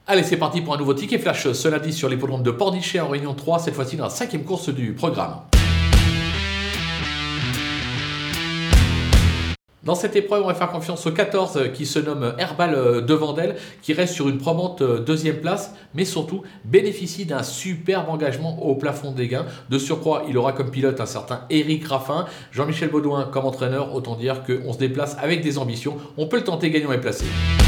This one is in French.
Allez, c'est parti pour un nouveau ticket flash ce lundi sur l'hippodrome de Pornichet en Réunion 3, cette fois-ci dans la 5e course du programme. Dans cette épreuve, on va faire confiance au 14 qui se nomme Herbal de Vandel, qui reste sur une probante deuxième place, mais surtout bénéficie d'un superbe engagement au plafond des gains. De surcroît, il aura comme pilote un certain Éric Raffin, Jean-Michel Baudouin comme entraîneur, autant dire qu'on se déplace avec des ambitions. On peut le tenter gagnant et placé.